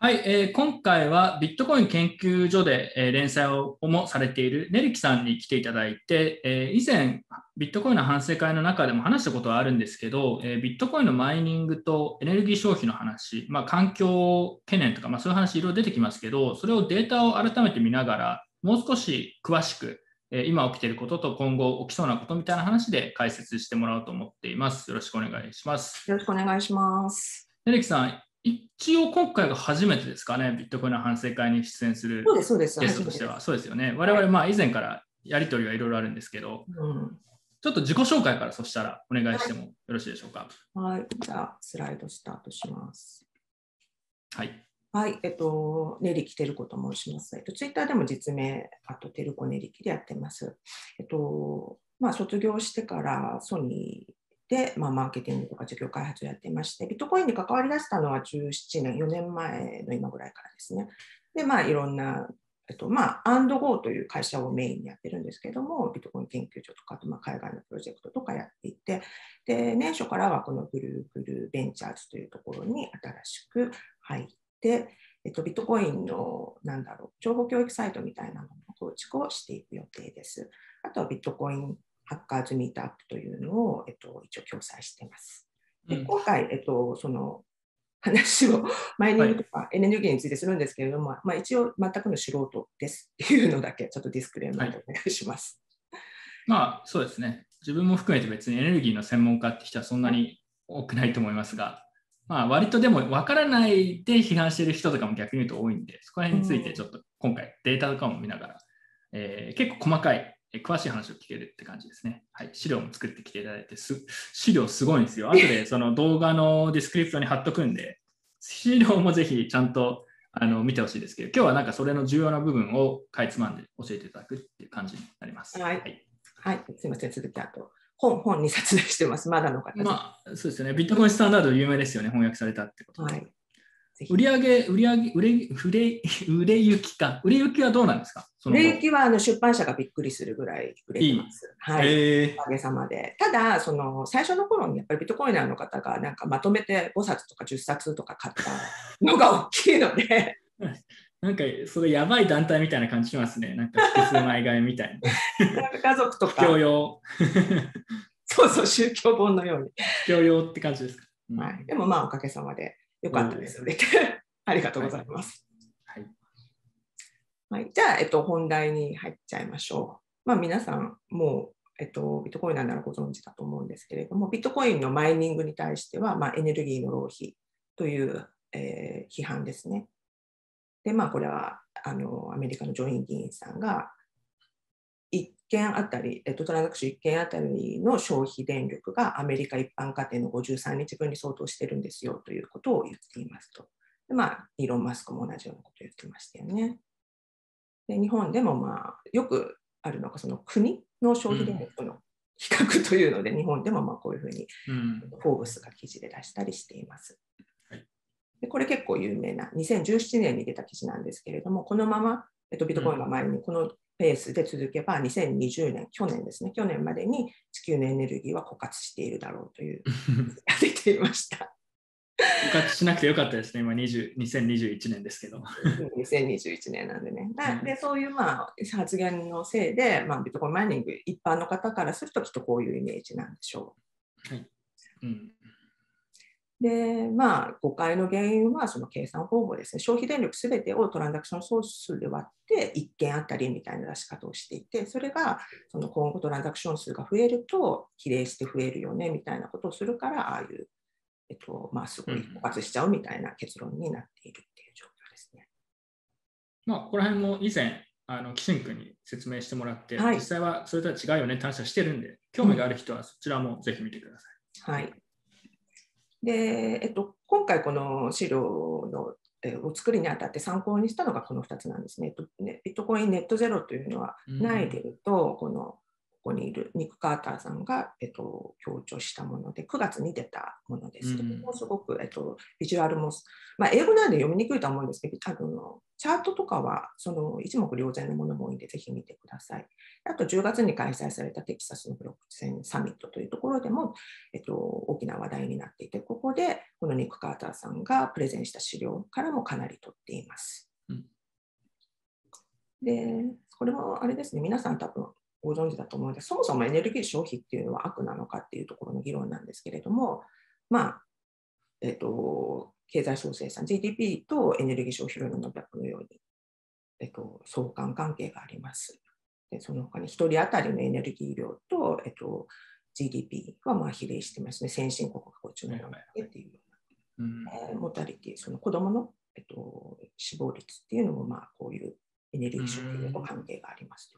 はい、今回はビットコイン研究所で、連載をもされているネリキさんに来ていただいて、以前ビットコインの反省会の中でも話したことはあるんですけど、ビットコインのマイニングとエネルギー消費の話、環境懸念とか、そういう話いろいろ出てきますけど、それをデータを改めて見ながら、もう少し詳しく、今起きていることと今後起きそうなことみたいな話で解説してもらおうと思っています。よろしくお願いします。 よろしくお願いします。 ネリキさん、一応今回が初めてですかね、ビットコインの反省会に出演するゲストとしては。そうですよね。我々、以前からやり取りはいろいろあるんですけど、ちょっと自己紹介からそしたらお願いしてもよろしいでしょうか。 はい、じゃあスライドスタートします。 はい。 はい、ネリキテルコと申します。ツイッターでも実名、あとテルコネリキでやってます。卒業してからソニーで、マーケティングとか事業開発をやっていまして、ビットコインに関わりだしたのは17年、4年前の今ぐらいからですね。で、いろんな、アンドゴーという会社をメインにやってるんですけれども、ビットコイン研究所とか、海外のプロジェクトとかやっていて、で、年初からはこのグループルベンチャーズというところに新しく入って、ビットコインの、情報教育サイトみたいなものの構築をしていく予定です。あとはビットコインハッカーズミートアップというのを、一応共催しています。で今回、その話をマイニングとかエネルギーについてするんですけれども、一応全くの素人ですっていうのだけちょっとディスクレーマーでお願いします。 そうですね。自分も含めて別にエネルギーの専門家って人はそんなに多くないと思いますが、割とでも分からないで批判している人とかも逆に言うと多いんで、そこら辺についてちょっと今回データとかも見ながら、結構細かい詳しい話を聞けるって感じですね。はい、資料も作ってきていただいて、資料すごいんですよ。後でその動画のディスクリプションに貼っとくんで、資料もぜひちゃんと見てほしいですけど、今日はなんかそれの重要な部分をかいつまんで教えていただくっていう感じになります。 はい。はい、すみません、続きあと。本に撮影してます。まだの方。 そうですよね。ビットコインスタンダード有名ですよね。翻訳されたってことで。はい。売れ行きか。売れ行きはどうなんですか？ 売れ行きは出版社がびっくりするぐらい売れてます。はい。おかげさまで。ただ、最初の頃にやっぱりビットコイナーの方がなんかまとめて5冊とか10冊とか買ったのが大きいので。 なんかそれやばい団体みたいな感じしますね。なんか複数枚買いみたいな。なんか家族とか。 教養。 そうそう、宗教本のように。 教養って感じですか。 はい。でもおかげさまでよかったです。売れて。ありがとうございます。はい。はい、じゃあ、本題に入っちゃいましょう。皆さんもう、ビットコインならご存知だと思うんですけれども、ビットコインのマイニングに対しては、エネルギーの浪費という、批判ですね。で、これはアメリカの上院議員さんが、1件あたり、トランザクション1件あたりの消費電力がアメリカ一般家庭の53日分に相当してるんですよということを言っていますと。でイーロン・マスクも同じようなことを言ってましたよね。で日本でもよくあるのがその国の消費電力との比較というので、日本でもこういうふうにフォーブスが記事で出したりしています。でこれ結構有名な2017年に出た記事なんですけれども、このまま、ビットコインが前にこのペースで続けば2020年、去年ですね、去年までに地球のエネルギーは枯渇しているだろうというが出ていました。 枯渇しなくてよかったですね、今2021年ですけど。 2021年なんでね。でそういう発言のせいで、ビットコインマイニング、一般の方からするときっとこういうイメージなんでしょう。はいで、誤解の原因はその計算方法ですね。消費電力すべてをトランザクション総数で割って1件あたりみたいな出し方をしていて、それがその今後トランザクション数が増えると比例して増えるよねみたいなことをするから、ああいうすごい枯渇しちゃうみたいな結論になっているっていう状況ですね。 ここら辺も以前、キシン君に説明してもらって、実際はそれとは違うよねって話はしてるんで、興味がある人はそちらもぜひ見てください。 はい。で、今回この資料のお作りにあたって参考にしたのがこの2つなんですね。ビットコインネットゼロというのはないでると、ここにいるニック・カーターさんが、強調したもので、9月に出たものです。すごく、ビジュアルも、英語なんで読みにくいとは思うんですけど、多分チャートとかはその一目瞭然のものも多いので、ぜひ見てください。あと10月に開催されたテキサスのブロックチェーンサミットというところでも、大きな話題になっていて、ここでこのニック・カーターさんがプレゼンした資料からもかなり取っています。で、これもあれですね、皆さん多分ご存知だと思うので、そもそもエネルギー消費っていうのは悪なのかっていうところの議論なんですけれども、経済総生産 GDP とエネルギー消費量の伸びはこのように、相関関係があります。でその他に1人当たりのエネルギー量と、GDP は比例してますね。先進国がこっちの方でっていうような、モータリティ、その子どもの、死亡率っていうのもこういうエネルギー消費量と関係がありますと。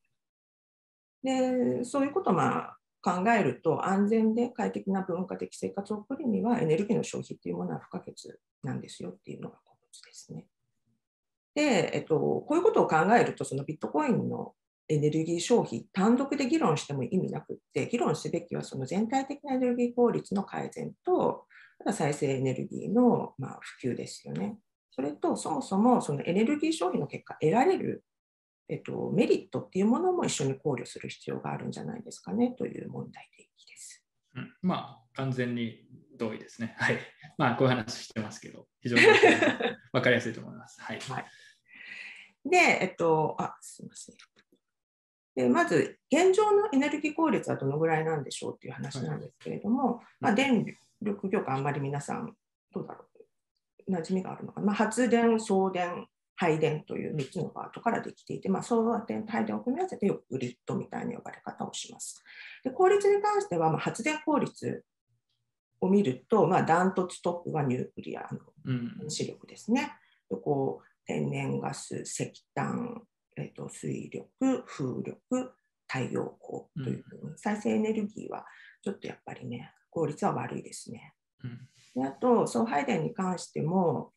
でそういうことを考えると、安全で快適な文化的生活を送るにはエネルギーの消費というものは不可欠なんですよっていうのがこの図ですね。で、こういうことを考えると、そのビットコインのエネルギー消費単独で議論しても意味なくって、議論すべきはその全体的なエネルギー効率の改善と、再生エネルギーの普及ですよね。それとそもそもそのエネルギー消費の結果得られるメリットっていうものも一緒に考慮する必要があるんじゃないですかねという問題提起です。 完全に同意ですね。はい。こういう話してますけど、非常に分かりやすいと思います。はい。 はい、で、すみません。でまず、現状のエネルギー効率はどのぐらいなんでしょうっていう話なんですけれども、電力業界、あんまり皆さん、どうだろう、馴染みがあるのかな。発電、送電、配電という3つのパートからできていて、送電と配電を組み合わせてよくグリッドみたいな呼ばれ方をします。で効率に関しては、発電効率を見ると、ダントツトップはニュークリアの原子力ですね。天然ガス、石炭、水力、風力、太陽光というふうに、再生エネルギーはちょっとやっぱりね、効率は悪いですね。であと、送配電に関しても、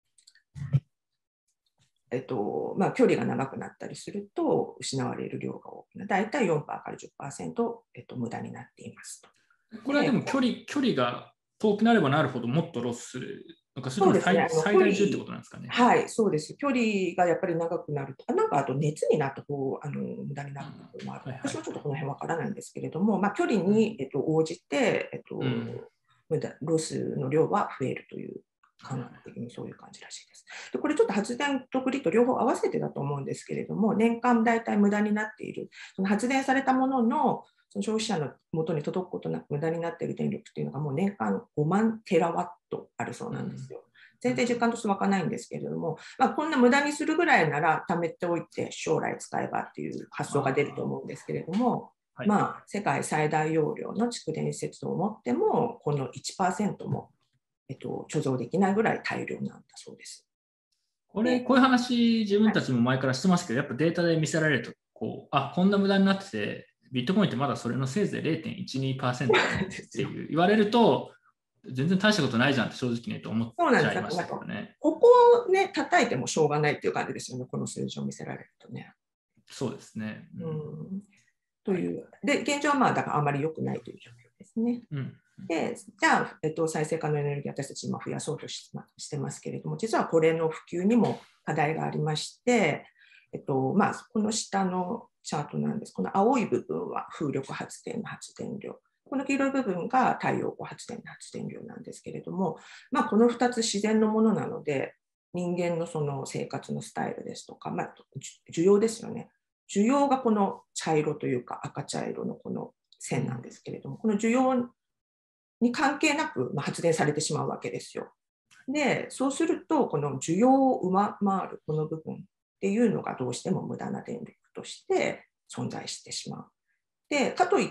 距離が長くなったりすると失われる量が大きな、だいたい 4% から 10%、無駄になっていますと。 これはでも距離が遠くなればなるほどもっとロスするのか、それとも最大重ってことなんですかね。 はい、そうです。距離がやっぱり長くなると、あと熱になった方無駄になることもある。私はちょっとこの辺わからないんですけれども、距離に、応じて、ロスの量は増えるという感覚的にそういう感じらしいです。でこれちょっと発電とグリッド両方合わせてだと思うんですけれども、年間大体無駄になっている、その発電されたもののその消費者の元に届くことなく無駄になっている電力っていうのがもう年間5万テラワットあるそうなんですよ。全然実感として湧かないんですけれども、こんな無駄にするぐらいなら貯めておいて将来使えばっていう発想が出ると思うんですけれども、世界最大容量の蓄電施設を持ってもこの 1% も、貯蔵できないぐらい大量なんだそうです。 こういう話自分たちも前からしてますけど、やっぱデータで見せられるとこんな無駄になってて、ビットコインってまだそれのせいぜい 0.12% っていう言われると、全然大したことないじゃんって正直ねと思っちゃいましたけどね。 ここをね、叩いてもしょうがないっていう感じですよね、この数字を見せられるとね。 そうですね。 という。で、現状はだからあまり良くないという状況ですね。で、じゃあ、再生可能エネルギー、私たち今増やそうとしてますけれども、実はこれの普及にも課題がありまして、この下のチャートなんです。この青い部分は風力発電の発電量。この黄色い部分が太陽光発電の発電量なんですけれども、この2つ自然のものなので、人間のその生活のスタイルですとか、需要ですよね。需要がこの茶色というか赤茶色のこの線なんですけれども、この需要に関係なく発電されてしまうわけですよ。で、そうすると、この需要を上回るこの部分っていうのがどうしても無駄な電力として存在してしまう。で、かといって、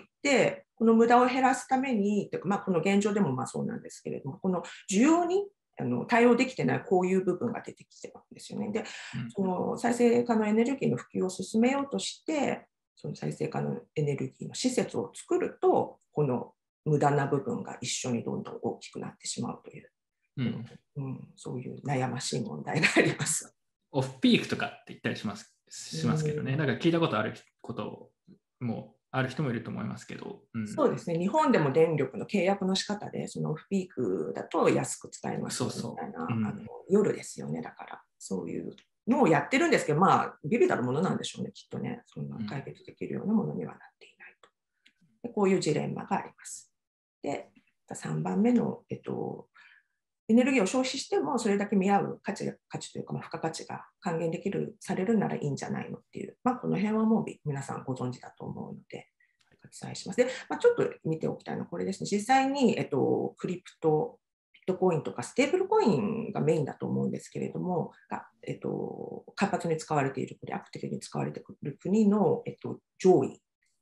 この無駄を減らすために、この現状でもそうなんですけれども、この需要に対応できてないこういう部分が出てきてるんですよね。で、その再生可能エネルギーの普及を進めようとして、その再生可能エネルギーの施設を作ると、この無駄な部分が一緒にどんどん大きくなってしまうという、そういう悩ましい問題があります。 オフピークとかって言ったりしますけどね、なんか聞いたことあることもある人もいると思いますけど、 そうですね、日本でも電力の契約の仕方で、そのオフピークだと安く使えますみたいな、夜ですよね、だから、そういうのをやってるんですけど、まあ、ビビたるものなんでしょうね、きっとね。そんな解決できるようなものにはなっていないと。でこういうジレンマがあります。で、3番目の、エネルギーを消費してもそれだけ見合う価値というか、付加価値が還元されるならいいんじゃないのっていう、この辺はもう皆さんご存知だと思うので、お伝えします。で、ちょっと見ておきたいのはこれですね。実際に、クリプト、ビットコインとかステーブルコインがメインだと思うんですけれども、活発に使われている国、アクティブに使われている国の、上位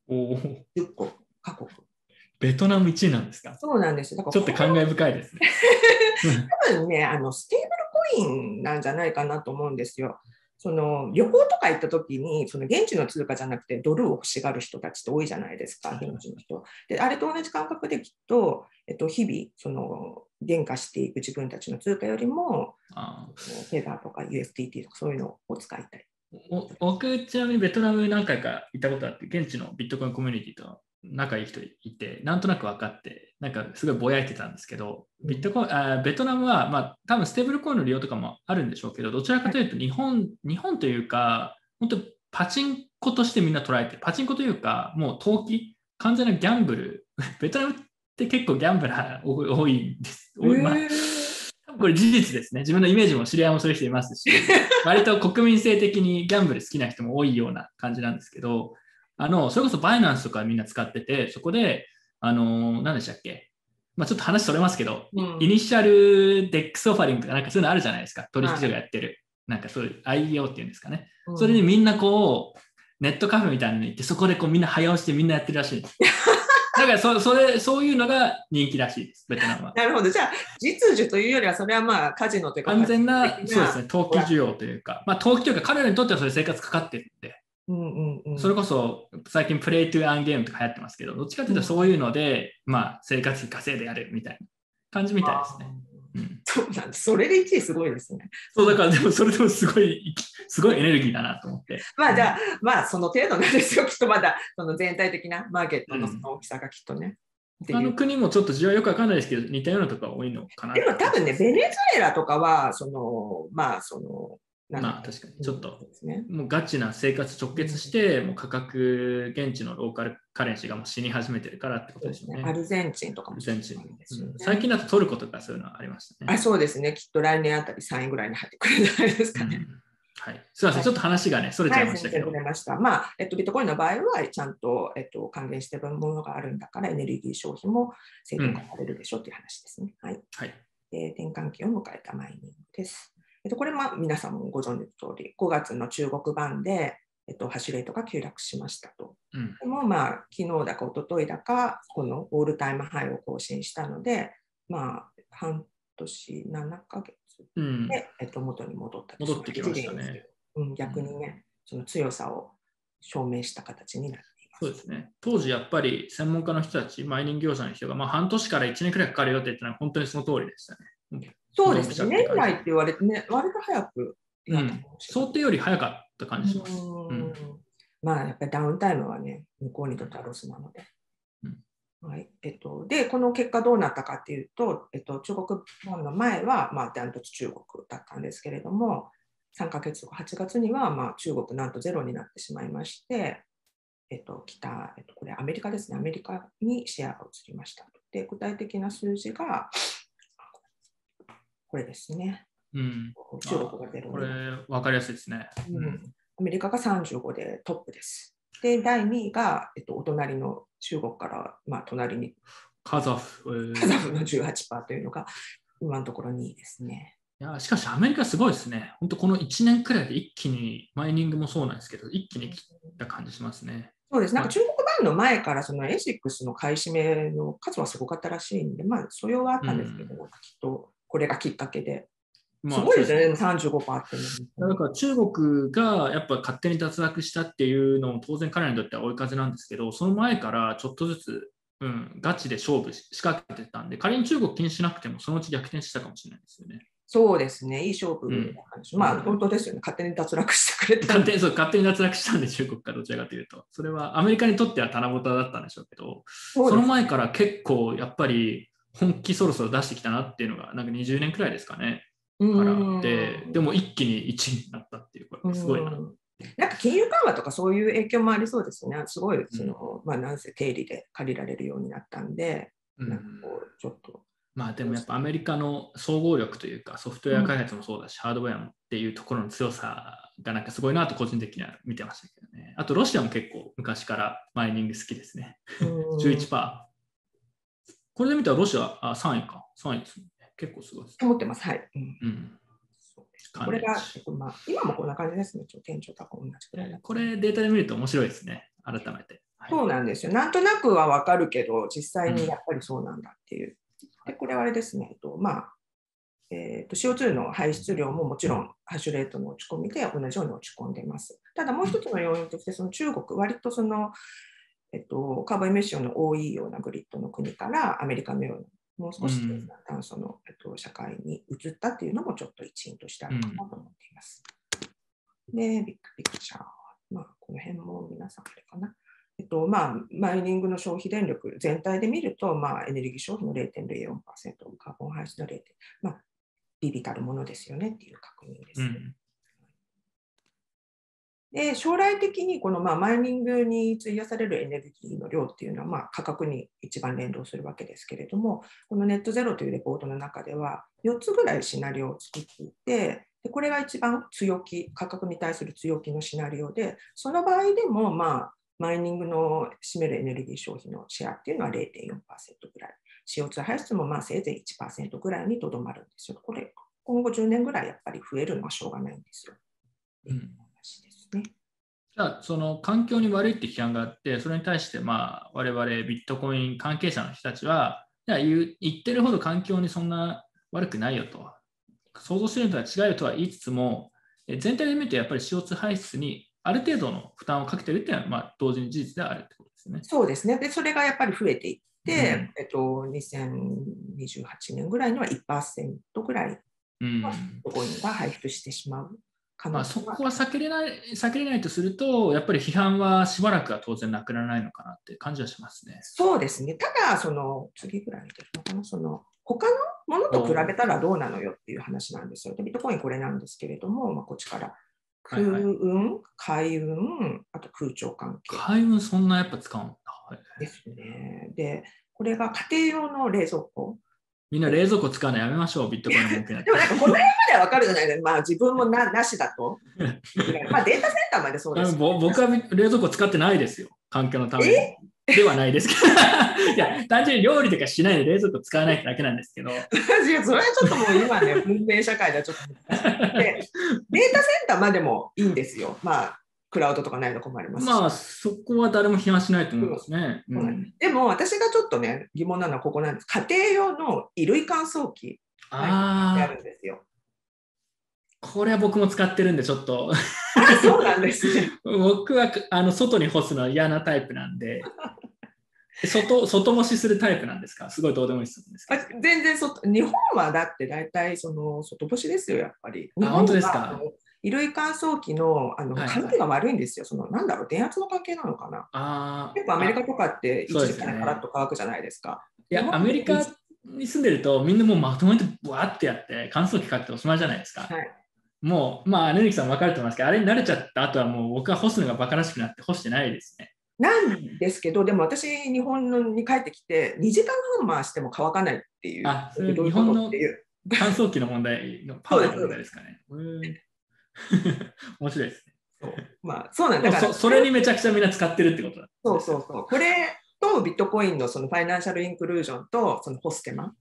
10個、各国。 ベトナム1位なんですか？ そうなんです。だからちょっと感慨深いですね。 多分ね、ステーブルコインなんじゃないかなと思うんですよ。旅行とか行った時に現地の通貨じゃなくてドルを欲しがる人たちって多いじゃないですか、現地の人。で、あれと同じ感覚できっと、日々減価していく自分たちの通貨よりも、テザーとか USDT とかそういうのを使いたい。 僕、ちなみにベトナム何回か行ったことあって、現地のビットコインコミュニティと仲いい人いて、なんとなく分かって、なんかすごいぼやいてたんですけど、ベトナムは、多分ステーブルコインの利用とかもあるんでしょうけど、どちらかというと日本というか、本当パチンコとしてみんな捉えてる。パチンコというか、もう投機、完全なギャンブル。ベトナムって結構ギャンブラー多いんです。これ事実ですね。自分のイメージも知り合いもそういう人いますし、割と国民性的にギャンブル好きな人も多いような感じなんですけど、それこそバイナンスとかみんな使ってて、そこで、何でしたっけ、ちょっと話それますけど、イニシャルデックスオファリングとかなんかそういうのあるじゃないですか、取引所がやってる。なんかそういう IEO っていうんですかね。それにみんなネットカフェみたいなのに行って、そこでみんな早押してみんなやってるらしいんです。だからそういうのが人気らしいです、ベトナムは。 なるほど。じゃあ、実需というよりは、それはカジノというか、 完全な、そうですね、投機需要というか、投機というか、彼らにとってはそれ生活かかってるんで、それこそ最近プレイトゥーアンゲームとか流行ってますけど、どっちかというとそういうので、生活費稼いでやるみたいな感じみたいですね。 そうなんです。それで1位すごいですね。 そうだからでもそれでもすごいエネルギーだなと思って。 じゃあその程度なんですよ。きっとまだ全体的なマーケットの大きさがきっとね。 国もちょっと事情はよくわかんないですけど、似たようなところが多いのかな。 でも多分ね、ベネズエラとかは確かにちょっと、もうガチな生活直結して、もう価格、現地のローカルカレンシーがもう死に始めてるからってことですよね。 アルゼンチンとかもそうですね。最近だとトルコとかそういうのありましたね。 そうですね。きっと来年あたり3位ぐらいに入ってくるんじゃないですかね。 はい、すみません、ちょっと話がね、それちゃいましたけど。 ビットコインの場合は、ちゃんと、還元しているものがあるんだから、エネルギー消費も正当化されるでしょうという話ですね。はい。転換期を迎えたマイニングです。これは皆さんもご存知の通り、5月の中国版で、ハッシュレートが急落しましたと。でも、昨日だか一昨日だか、このオールタイムハイを更新したので、半年7ヶ月で、元に戻った戻ってきましたね。 逆にね、その強さを証明した形になっています。 そうですね。当時やっぱり専門家の人たち、マイニング業者の人が、半年から1年くらいかかるよって言ったのは本当にその通りでしたね。 そうですね。年内って言われてね、割と早くやったかもしれない。 想定より早かった感じします。 やっぱりダウンタイムはね、向こうにとってはロスなので。で、この結果どうなったかっていうと、中国本の前は、ダントツ中国だったんですけれども、3ヶ月後、8月には、中国なんとゼロになってしまいまして、これアメリカですね、アメリカにシェアが移りました。で、具体的な数字が、これですね。中国がゼロ。 これ、分かりやすいですね。 アメリカが35でトップです。で、第2位が、お隣の中国から、隣にカザフの 18% というのが今のところ2位ですね。 いやしかしアメリカすごいですね。本当この1年くらいで一気にマイニングもそうなんですけど、一気に切った感じしますね。 そうです。なんか中国版の前からそのエシックスの買い占めの数はすごかったらしいんで、素養はあったんですけど、きっとこれがきっかけで。すごいですね、35% って。 だから中国がやっぱ勝手に脱落したっていうのも当然彼らにとっては追い風なんですけど、その前からちょっとずつ、ガチで勝負仕掛けてたんで、仮に中国気にしなくてもそのうち逆転したかもしれないですよね。 そうですね、いい勝負な感じ。本当ですよね、勝手に脱落してくれた。 勝手に脱落したんで、中国かどちらかというと。それはアメリカにとっては棚ぼただったんでしょうけど、その前から結構やっぱり本気そろそろ出してきたなっていうのが、なんか20年くらいですかね。 からでも一気に1位になったっていう、これすごいな。 なんか金融緩和とかそういう影響もありそうですね。すごいなんせ定理で借りられるようになったんで、なんかこうちょっと。 まあでもやっぱアメリカの総合力というか、ソフトウェア開発もそうだし、ハードウェアもっていうところの強さがなんかすごいなと個人的には見てましたけどね。あとロシアも結構昔からマイニング好きですね。11%。これで見たらロシア3位か。3位ですね。結構すごいです。 思ってます。はい。これが、今もこんな感じですね。天井高同じくらい。 これデータで見ると面白いですね。改めて。 そうなんですよ。なんとなくは分かるけど、実際にやっぱりそうなんだっていう。で、これはあれですね。CO2 の排出量ももちろんハッシュレートの落ち込みで同じように落ち込んでいます。ただもう一つの要因として、その中国、割とその、カーボンエミッションの多いようなグリッドの国からアメリカのようなもう少し炭素の、社会に移ったっていうのもちょっと一因としてあるかなと思っています。で、ビッグピクチャー。この辺も皆さんあれかな。マイニングの消費電力全体で見ると、エネルギー消費の 0.04%、カーボン排出の0.、微々たるものですよねっていう確認です。で将来的にこのマイニングに費やされるエネルギーの量っていうのは価格に一番連動するわけですけれども、このネットゼロというレポートの中では4つぐらいシナリオを作っていて、でこれが一番強気、価格に対する強気のシナリオで、その場合でもマイニングの占めるエネルギー消費のシェアっていうのは 0.4% ぐらい、CO2 排出もせいぜい 1% ぐらいにとどまるんですよ。これ今後10年ぐらいやっぱり増えるのはしょうがないんですよ。 じゃあその環境に悪いって批判があって、それに対して我々ビットコイン関係者の人たちは、言ってるほど環境にそんな悪くないよと、想像しているのとは違うよとは言いつつも、全体で見るとやっぱり CO2 排出にある程度の負担をかけているっていうのは同時に事実であるってことですね。 そうですね。でそれがやっぱり増えていって、2028年ぐらいには 1% ぐらいのビットコインが排出してしまう。 そこは避けれないとすると、やっぱり批判はしばらくは当然なくならないのかなって感じはしますね。 そうですね。ただ、次ぐらいに出るのかな、他のものと比べたらどうなのよっていう話なんですよ。でビットコインこれなんですけれども、こっちから空運、海運、あと空調関係。 海運そんなやっぱ使うんだ。 ですね。で、これが家庭用の冷蔵庫。 みんな冷蔵庫使うのやめましょう、ビットコインの文句になって。 でもなんかこの辺までは分かるじゃないですか。自分もなしだと。データセンターまでそうです、ね。 僕は冷蔵庫使ってないですよ。環境のために。ではないですけど。いや、単純に料理とかしないで冷蔵庫使わないだけなんですけど。 それはちょっともう今ね、文明社会ではちょっと難しい。で、データセンターまでもいいんですよ。クラウドとかないの困りますし。そこは誰も批判しないと思いますね。 でも私がちょっとね、疑問なのはここなんです。家庭用の衣類乾燥機があるんですよ。 これは僕も使ってるんで、ちょっとそうなんですね。 僕は外に干すのは嫌なタイプなんで、外干しするタイプなんですか？すごいどうでもいい質問ですけど。 全然日本はだって大体外干しですよ、やっぱり。 本当ですか？ 衣類乾燥機の関係が悪いんですよ。電圧の関係なのかな。結構アメリカとかって1時間でカラッと乾くじゃないですか。 いや、アメリカに住んでるとみんなもうまとめてブワーってやって乾燥機かけておしまいじゃないですか。もう、ネルキさん分かると思いますけど、あれに慣れちゃった後はもう僕は干すのがバカらしくなって干してないですね。 なんですけど、でも私、日本に帰ってきて、2時間半回しても乾かないっていう。 それ日本の乾燥機の問題のパワーの問題ですかね。面白いですね。 そうなんだからそれにめちゃくちゃみんな使ってるってことだ。 そう。これとビットコインのそのファイナンシャルインクルージョンとそのホステマ、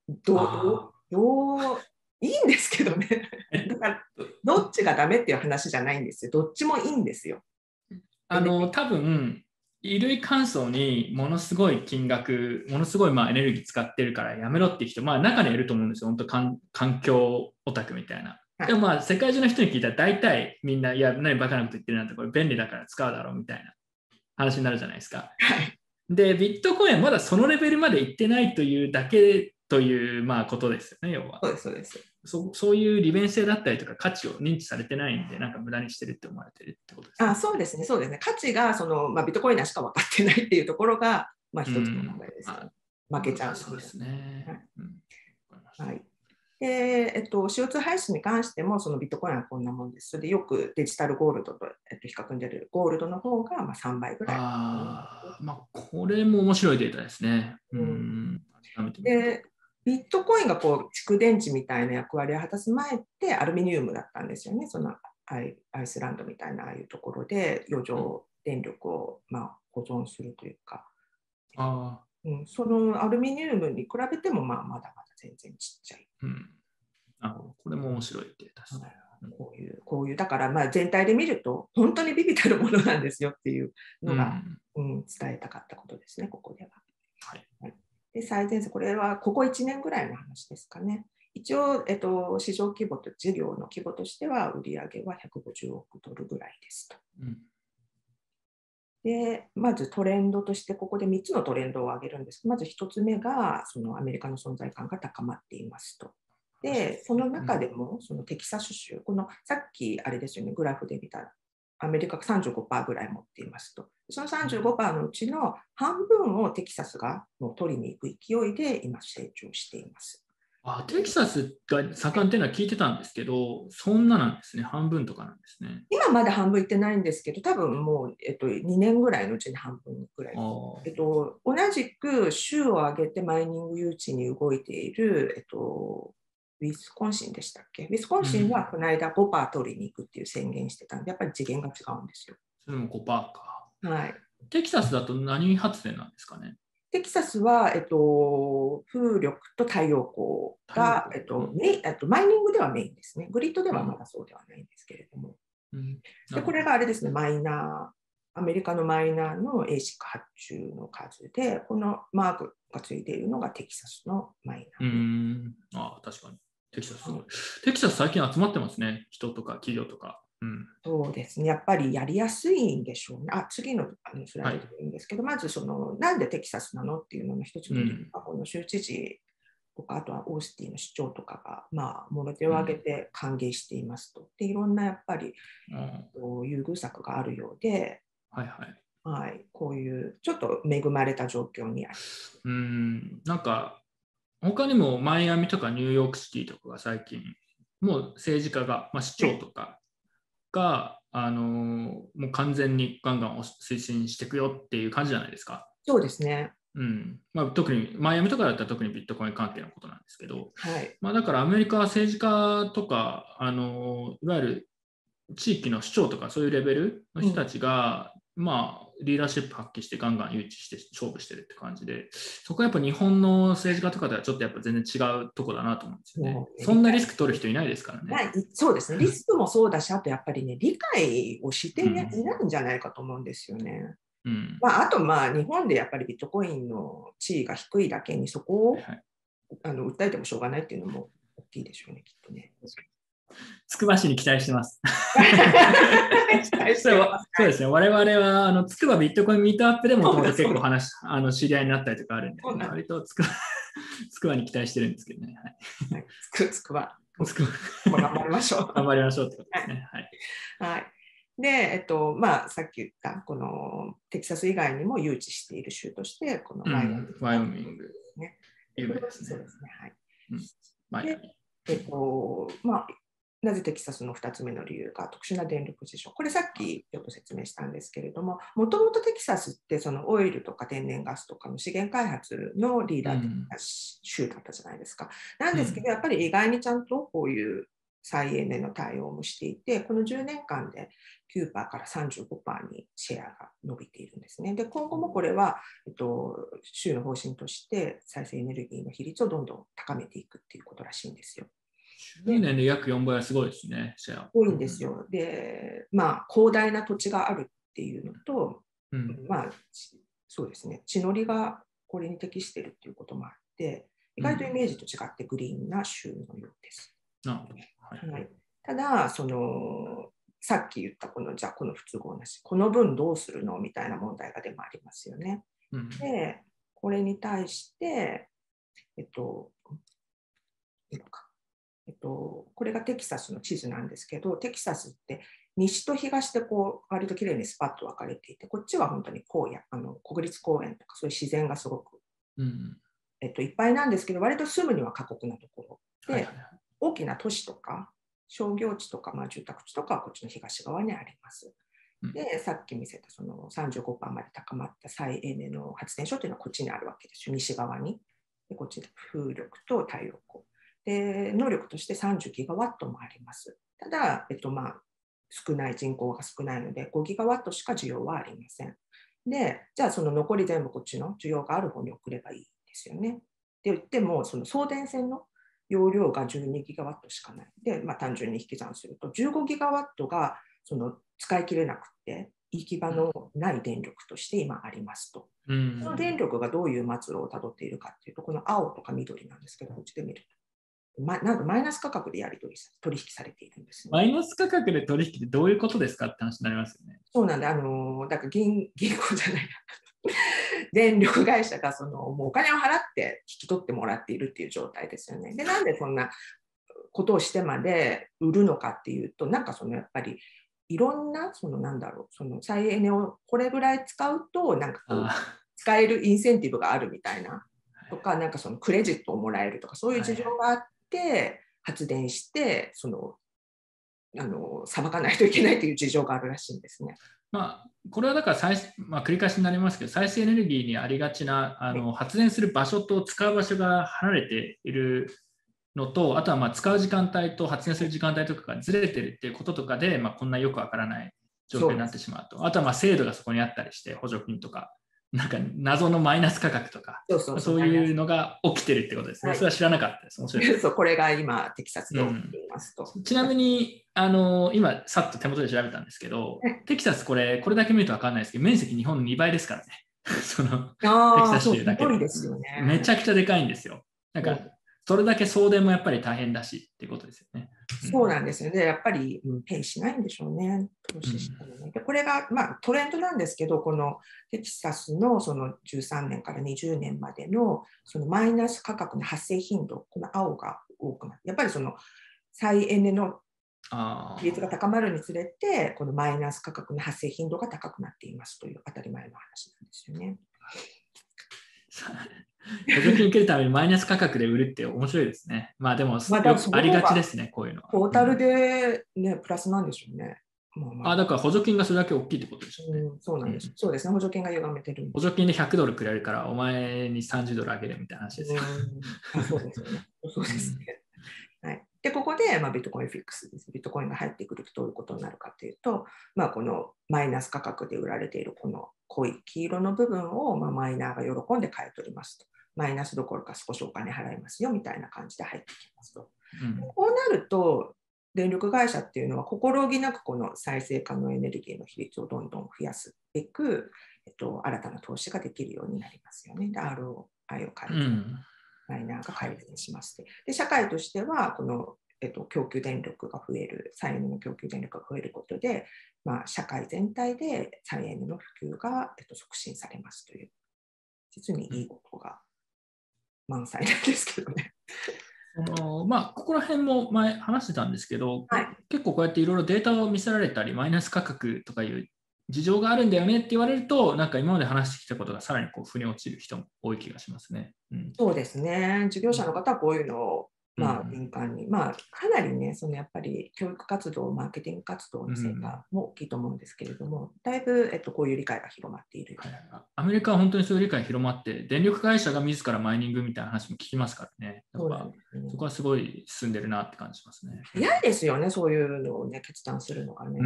いいんですけどね。だから、どっちがダメっていう話じゃないんですよ。どっちもいいんですよ。 多分、衣類乾燥にものすごい金額、ものすごいエネルギー使ってるからやめろっていう人、中にはいると思うんですよ。本当環境オタクみたいな。でも世界中の人に聞いたら大体みんな、いや、何バカなこと言ってるなんて、これ便利だから使うだろうみたいな話になるじゃないですか。で、ビットコインはまだそのレベルまで行ってないというだけということですよね、要は。 そうです。 そういう利便性だったりとか価値を認知されてないんで、なんか無駄にしてるって思われてるってことですね。 そうですね。価値がビットコインしか分かってないっていうところが、一つの問題です、ね。負けちゃう。 そうですね。 はい。 で、CO2 排出に関しても、そのビットコインはこんなもんです。それでよくデジタルゴールドと、比較に出るゴールドの方が3倍ぐらい。 これも面白いデータですね。 で、ビットコインがこう蓄電池みたいな役割を果たす前ってアルミニウムだったんですよね。そのアイスランドみたいなああいうところで余剰電力を保存するというか。そのアルミニウムに比べてもまだまだ全然ちっちゃい。 これも面白いデータですね。 こういうだから全体で見ると本当に微々たるものなんですよっていうのが、伝えたかったことですね、ここでは。で、最前線、これはここ1年ぐらいの話ですかね。一応、市場規模と事業の規模としては売上は150億ドルぐらいですと。で、まずトレンドとして、ここで3つのトレンドを挙げるんです。まず1つ目が、そのアメリカの存在感が高まっていますと。で、その中でも、そのテキサス州、このさっきあれですよね、グラフで見たアメリカが 35% ぐらい持っていますと。その 35% のうちの半分をテキサスがもう取りに行く勢いで今成長しています。 テキサスが盛んっていうのは聞いてたんですけど、そんななんですね。半分とかなんですね。 今まだ半分いってないんですけど、多分もう、2年ぐらいのうちに半分ぐらい。同じく州を挙げてマイニング誘致に動いている、ウィスコンシンでしたっけ？ウィスコンシンはこの間 5% 取りに行くっていう宣言してたんで、やっぱり次元が違うんですよ。 それも 5% か。 はい。 テキサスだと何発電なんですかね？ テキサスは、風力と太陽光が、マイニングではメインですね。グリッドではまだそうではないんですけれども。でこれがあれですね、アメリカのマイナーの ASIC 発注の数で、このマークがついているのがテキサスのマイナー。確かに。テキサス最近集まってますね。人とか企業とか。 そうですね、やっぱりやりやすいんでしょうね。次のスライドでいいんですけど、まずなんでテキサスなのっていうのの一つの理由が、この州知事とか、あとはオースティンの市長とかが、もろ手を挙げて歓迎していますと。で、いろんなやっぱり優遇策があるようで、こういうちょっと恵まれた状況にある。 なんか、他にもマイアミとかニューヨークシティとかが最近、もう政治家が、市長とかが、もう完全にガンガン推進していくよっていう感じじゃないですか。 そうですね。 特にマイアミとかだったら特にビットコイン関係のことなんですけど、だからアメリカは政治家とかいわゆる地域の市長とかそういうレベルの人たちが、リーダーシップ発揮してガンガン誘致して勝負してるって感じで、そこはやっぱ日本の政治家とかではちょっとやっぱ全然違うとこだなと思うんですよね。そんなリスク取る人いないですからね。 そうですね。リスクもそうだし、あとやっぱりね、理解をしていないんじゃないかと思うんですよね。あと日本でやっぱりビットコインの地位が低いだけにそこを、訴えてもしょうがないっていうのも大きいでしょうね、きっとね。 つくば市に期待してます。そうですね。我々はつくばビットコインミートアップでもともと結構知り合いになったりとかあるんで、割とつくばに期待してるんですけどね。 つくば。頑張りましょう。 頑張りましょうってことですね。 で、さっき言ったこのテキサス以外にも誘致している州として、このワイオミング。有名ですね。 そうですね。なぜテキサスの2つ目の理由が特殊な電力事情。これさっきちょっと説明したんですけれども、もともとテキサスってそのオイルとか天然ガスとかの資源開発のリーダー的な州だったじゃないですか。なんですけど、やっぱり意外にちゃんとこういう再エネの対応もしていて、この10年間で 9% から 35% にシェアが伸びているんですね。で、今後もこれは、州の方針として再生エネルギーの比率をどんどん高めていくっていうことらしいんですよ。 10年で約4倍はすごいですね、シェア。 多いんですよ。で、広大な土地があるっていうのと、そうですね、地の利がこれに適しているっていうこともあって、意外とイメージと違ってグリーンな州のようです。ただ、さっき言ったこの不都合なし、この分どうするのみたいな問題がでもありますよね。で、これに対して、これがテキサスの地図なんですけど、テキサスって西と東で割ときれいにスパッと分かれていて、こっちは本当に荒野、国立公園とかそういう自然がすごく、 いっぱいなんですけど、割と住むには過酷なところで、大きな都市とか商業地とか、住宅地とかはこっちの東側にあります。で、さっき見せたその 35% まで高まった再エネの発電所というのはこっちにあるわけですよ、西側に。でこっちで風力と太陽光。で、能力として30ギガワットもあります。ただ、少ない人口が少ないので5ギガワットしか需要はありません。で、じゃあその残り全部こっちの需要がある方に送ればいいですよね。って言っても、その送電線の容量が12ギガワットしかない。で、単純に引き算すると15ギガワットがその使い切れなくて行き場のない電力として今ありますと。その電力がどういう末路をたどっているかっていうと、この青とか緑なんですけど、こっちで見ると。なんとマイナス価格で取引されているんです、ね。 マイナス価格で取引ってどういうことですかって話になりますよね。 そうなんで、だから銀行じゃない電力会社がもうお金を払って引き取ってもらっているっていう状態ですよね。で、なんでそんなことをしてまで売るのかっていうと、やっぱりいろんな再エネをこれぐらい使うと使えるインセンティブがあるみたいなとか、クレジットをもらえるとか、そういう事情があって発電してさばかないといけないという事情があるらしいんですね。 これはだから繰り返しになりますけど、再生エネルギーにありがちな発電する場所と使う場所が離れているのと、あとは使う時間帯と発電する時間帯とかがずれてるっていうこととかで、こんなよくわからない状況になってしまうと。あとは制度がそこにあったりして、補助金とか、謎のマイナス価格とか、そういうのが起きてるってことですね。それは知らなかったです。面白いです。 そう、これが今、テキサスで起きていますと。 ちなみに、今、さっと手元で調べたんですけど、テキサスこれだけ見ると分かんないですけど、面積日本の2倍ですからね。テキサス州だけで。めちゃくちゃでかいんですよ。それだけ送電もやっぱり大変だしっていうことですよね。 そうなんですよね。やっぱり、ペイしないんでしょうね。投資したのね。でこれが、トレンドなんですけど、このテキサスのその13年から20年までのそのマイナス価格の発生頻度、この青が多くなって、やっぱりその再エネの比率が高まるにつれて、このマイナス価格の発生頻度が高くなっていますという当たり前の話なんですよね。 補助金受けるためにマイナス価格で売るって面白いですね。でも、ありがちですね、こういうのは。 トータルで、プラスなんでしょうね。 だから補助金がそれだけ大きいってことでしょうね。 そうなんです。そうですね、補助金が歪めてる。 補助金で100ドルくれるから、お前に30ドルあげるみたいな話ですよ。 そうですよね。そうですね。はい、でここで、ビットコインフィックスです。ビットコインが入ってくるとどういうことになるかというと、このマイナス価格で売られているこの濃い黄色の部分を、マイナーが喜んで買い取りますと。マイナスどころか少しお金払いますよみたいな感じで入ってきますと。こうなると、電力会社っていうのは心置きなくこの再生可能エネルギーの比率をどんどん増やすべく、新たな投資ができるようになりますよね。で ROI を改善。マイナーが改善します。で社会としてはこの、供給電力が増える、再エネの供給電力が増えることで、社会全体で再エネの普及が、促進されますという、実にいいことが満載なんですけどね。 ここら辺も前話してたんですけど、結構こうやっていろいろデータを見せられたり、マイナス価格とかいう事情があるんだよねって言われると、今まで話してきたことがさらに腑に落ちる人も多い気がしますね。 そうですね。事業者の方はこういうのを敏感に、かなりね、やっぱり教育活動、マーケティング活動の成果も大きいと思うんですけれども、だいぶ、こういう理解が広まっている。 アメリカは本当にそういう理解が広まって、電力会社が自らマイニングみたいな話も聞きますからね。そこはすごい進んでるなって感じしますね。 早いですよね、そういうのをね、決断するのがね。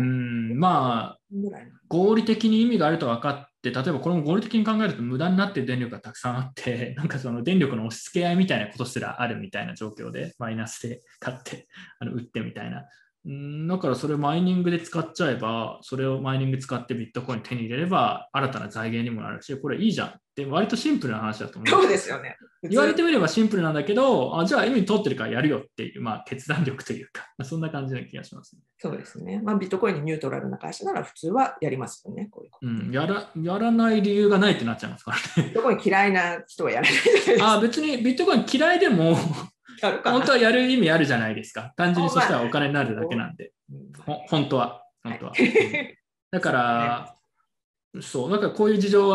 合理的に意味があると分かって、例えばこれも合理的に考えると無駄になっている電力がたくさんあって、その電力の押し付け合いみたいなことすらあるみたいな状況で、マイナスで買って売ってみたいな。だからそれをマイニングで使っちゃえば、それをマイニング使ってビットコイン手に入れれば新たな財源にもなるし、これいいじゃんって割とシンプルな話だと思う。 そうですよね。 言われてみればシンプルなんだけど、じゃあ意味通ってるからやるよっていう、決断力というか、そんな感じな気がしますね。 そうですね。ビットコインにニュートラルな会社なら普通はやりますよね、こういうこと。 やらない理由がないってなっちゃいますからね。 ビットコイン嫌いな人はやらないじゃないですか。 別にビットコイン嫌いでも、本当はやる意味あるじゃないですか。単純にそしたらお金になるだけなんで。本当は。だからこういう事情は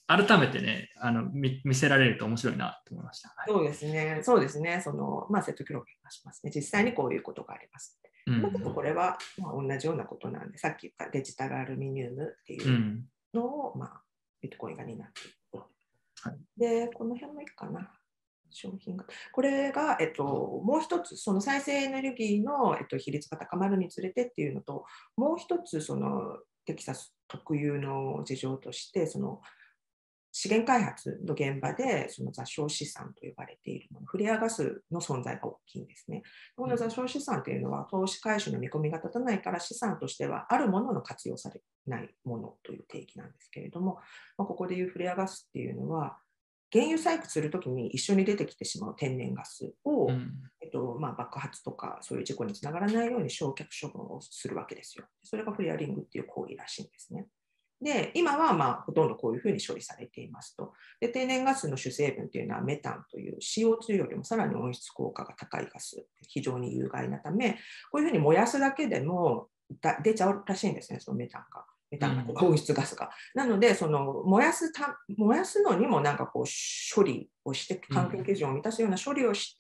改めてね、見せられると面白いなと思いました。はい、 そうですね、そうですね、セット記録がしますね。実際にこういうことがあります。これは、同じようなことなんで、さっき言ったデジタルアルミニウムっていうのを、ビットコインが担っていると。はい、で、この辺もいいかな。商品がこれが、もう一つ、その再生エネルギーの、比率が高まるにつれてっていうのと、もう一つ、テキサス特有の事情として、資源開発の現場で座礁資産と呼ばれているもの、フレアガスの存在が大きいんですね。この座礁資産というのは、投資回収の見込みが立たないから資産としてはあるものの活用されないものという定義なんですけれども、ここでいうフレアガスっていうのは、原油採掘するときに一緒に出てきてしまう天然ガスを、爆発とかそういう事故につながらないように焼却処分をするわけですよ。それがフレアリングっていう行為らしいんですね。で、今はほとんどこういうふうに処理されていますと。で、天然ガスの主成分というのはメタンという CO2 よりもさらに温室効果が高いガス、非常に有害なため、こういうふうに燃やすだけでも出ちゃうらしいんですね、そのメタンが。温室ガスが。なので、燃やすのにもなんかこう処理をして、環境基準を満たすような処理をして、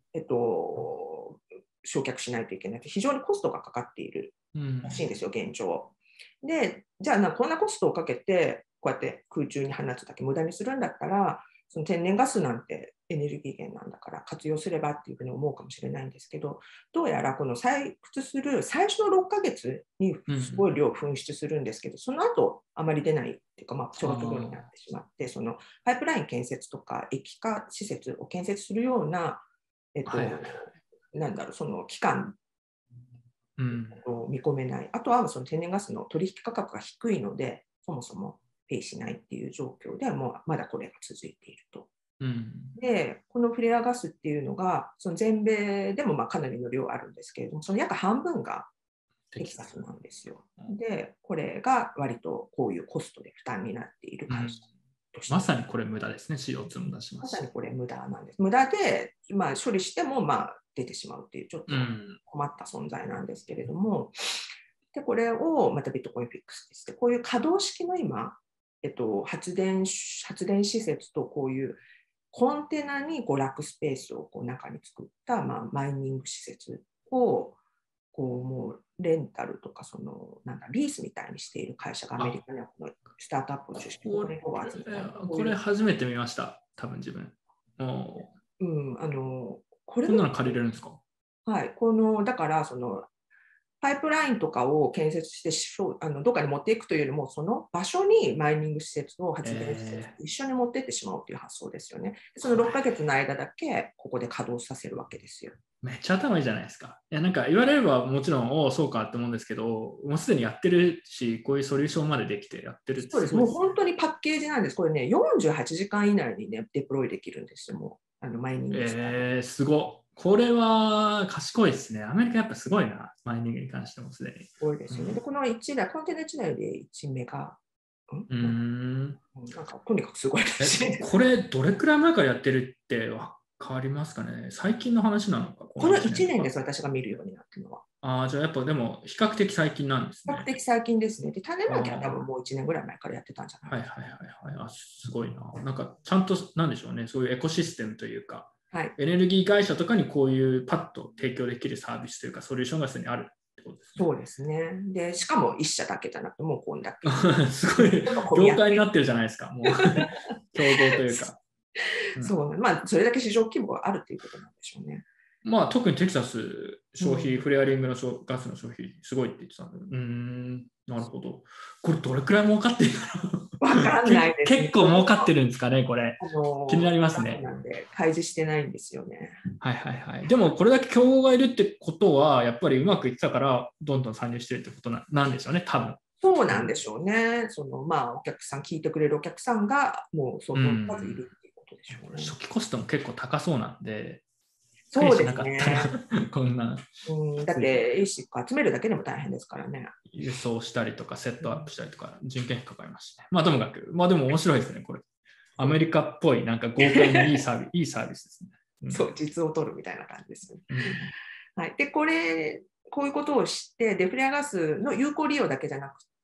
焼却しないといけないと、非常にコストがかかっているらしいんですよ、現状。で、じゃあこんなコストをかけて、こうやって空中に放つだけ無駄にするんだったら、その天然ガスなんてエネルギー源なんだから活用すればっていうふうに思うかもしれないんですけど、どうやらこの採掘する最初の6ヶ月にすごい量噴出するんですけど、その後あまり出ないっていうか、ちょろちょろになってしまって、パイプライン建設とか液化施設を建設するような、その期間見込めない。あとはその天然ガスの取引価格が低いので、そもそもペイしないっていう状況でもうまだこれが続いていると。で、このフレアガスっていうのが、その全米でもかなりの量あるんですけれども、その約半分がテキサスなんですよ。で、これが割とこういうコストで負担になっている会社として、 まさにこれ無駄ですね、CO2 も出します。 まさにこれ無駄なんです。無駄で、処理しても出てしまうっていうちょっと困った存在なんですけれども、でこれをまたビットコインフィックスです。こういう可動式の今、発電施設とこういうコンテナにラックスペースを中に作った、マイニング施設をもうレンタルとかリースみたいにしている会社がアメリカにはこのスタートアップを中心にこれ初めて見ました、多分自分。こんなの借りれるんですか？ はい、だからパイプラインとかを建設してどっかに持っていくというよりも、その場所にマイニング施設を発電施設一緒に持っていってしまうという発想ですよね。その6ヶ月の間だけここで稼働させるわけですよ。 めっちゃ頭いいじゃないですか。いや、なんか言われればもちろん、そうかって思うんですけど、もうすでにやってるし、こういうソリューションまでできてやってるってそうです。もう本当にパッケージなんです。これね、48時間以内にね、デプロイできるんですよ、もうマイニングすごい。これは賢いですね。アメリカやっぱすごいな、マイニングに関してもすでに。 すごいですよね。で、この1台、コンテナ1台で1メガ。なんかとにかくすごいらしい。 これ、どれくらい前からやってるって変わりますかね。最近の話なのか。 この1年です、私が見るようになってるのは。 じゃあやっぱでも比較的最近なんですね。 比較的最近ですね。で、種まきは多分もう1年ぐらい前からやってたんじゃないですか。すごいな。なんかちゃんと、なんでしょうね、そういうエコシステムというか、エネルギー会社とかにこういうパッと提供できるサービスというか、ソリューションがすでにあるってことですね。 そうですね。で、しかも1社だけじゃなくて、もうこんだけ。 すごい、業界になってるじゃないですか、もう。競合というか。 そうね。それだけ市場規模があるということなんでしょうね。 特にテキサス消費、フレアリングのガスの消費、すごいって言ってたんで、なるほど。これどれくらい儲かってるんだろう。 わかんないです、 ね。結構儲かってるんですかね、これ。気になりますね。 なんで開示してないんですよね。 でもこれだけ競合がいるってことは、やっぱりうまくいってたから、どんどん参入してるってことなんでしょうね、多分。 そうなんでしょうね。お客さん、聞いてくれるお客さんがもう相当の数いるっていうことでしょうね。 初期コストも結構高そうなんで。 そうですね。 こんな。 だって、ASIC 集めるだけでも大変ですからね。 輸送したりとか、セットアップしたりとか、人件費かかりますしね。ともかく、でも面白いですね、これ。アメリカっぽい、なんか豪快ないいサービスですね。 そう、実を取るみたいな感じですね。はい。で、こういうことを知って、デフレアガスの有効利用だけじゃなく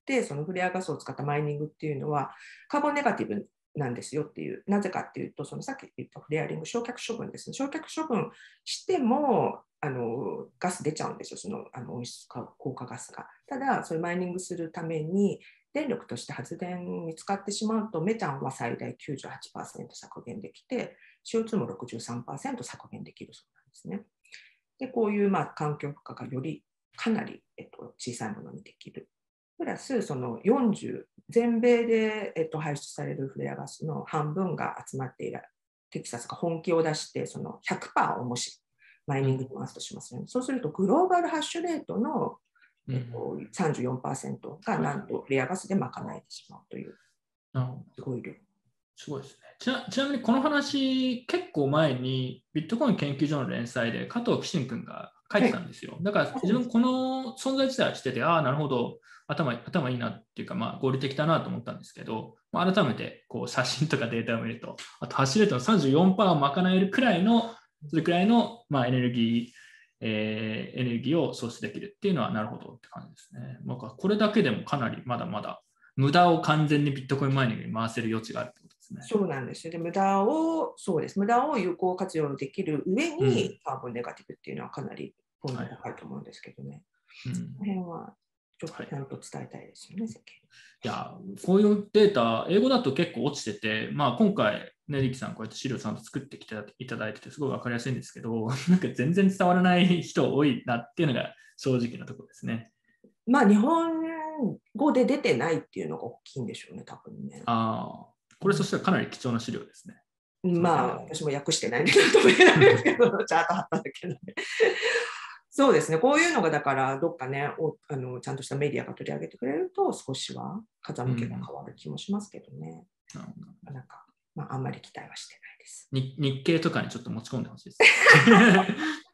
ってそのフレアガスを使ったマイニングっていうのはカーボンネガティブなんですよっていう、なぜかっていうと、そのさっき言ったフレアリング、焼却処分ですね、焼却処分してもガス出ちゃうんですよ、その温室効果ガスが。ただ、それマイニングするために、電力として発電に使ってしまうと、メタンは最大 98% 削減できて、CO2 も 63% 削減できるそうなんですね。で、こういう環境負荷がよりかなり、小さいものにできる。プラス、その全米で、排出されるフレアガスの半分が集まっているテキサスが本気を出して、その 100% をもしマイニングに回すとしますね。そうすると、グローバルハッシュレートの、34% がなんとフレアガスで賄えてしまうという、すごい量。 すごいですね。ちなみにこの話、結構前にビットコイン研究所の連載で加藤紀信君が書いてたんですよ。だから自分この存在自体はしてて、ああ、なるほど、頭いいなっていうか、合理的だなと思ったんですけど、改めてこう写真とかデータを見ると、あとハッシュレートの 34% を賄えるくらいの、それくらいのエネルギーを創出できるっていうのはなるほどって感じですね。これだけでもかなりまだまだ無駄を完全にビットコインマイニングに回せる余地があるってことですね。 そうなんですよ。で、無駄を有効活用できる上に、カーボンネガティブっていうのはかなりポイント高いと思うんですけどね。この辺はちょっとちゃんと伝えたいですよね、世間。 いや、こういうデータ、英語だと結構落ちてて、今回、ね、リキさん、こうやって資料ちゃんと作ってきていただいてて、すごい分かりやすいんですけど、なんか全然伝わらない人多いなっていうのが正直なところですね。 日本語で出てないっていうのが大きいんでしょうね、多分ね。 これそしたらかなり貴重な資料ですね。 私も訳してないんでなんとも言えないですけど、チャート貼っただけなんで。そうですね、こういうのがだからどっかね、ちゃんとしたメディアが取り上げてくれると少しは風向きが変わる気もしますけどね。なんかあんまり期待はしてないです。 日経とかにちょっと持ち込んでほしいです。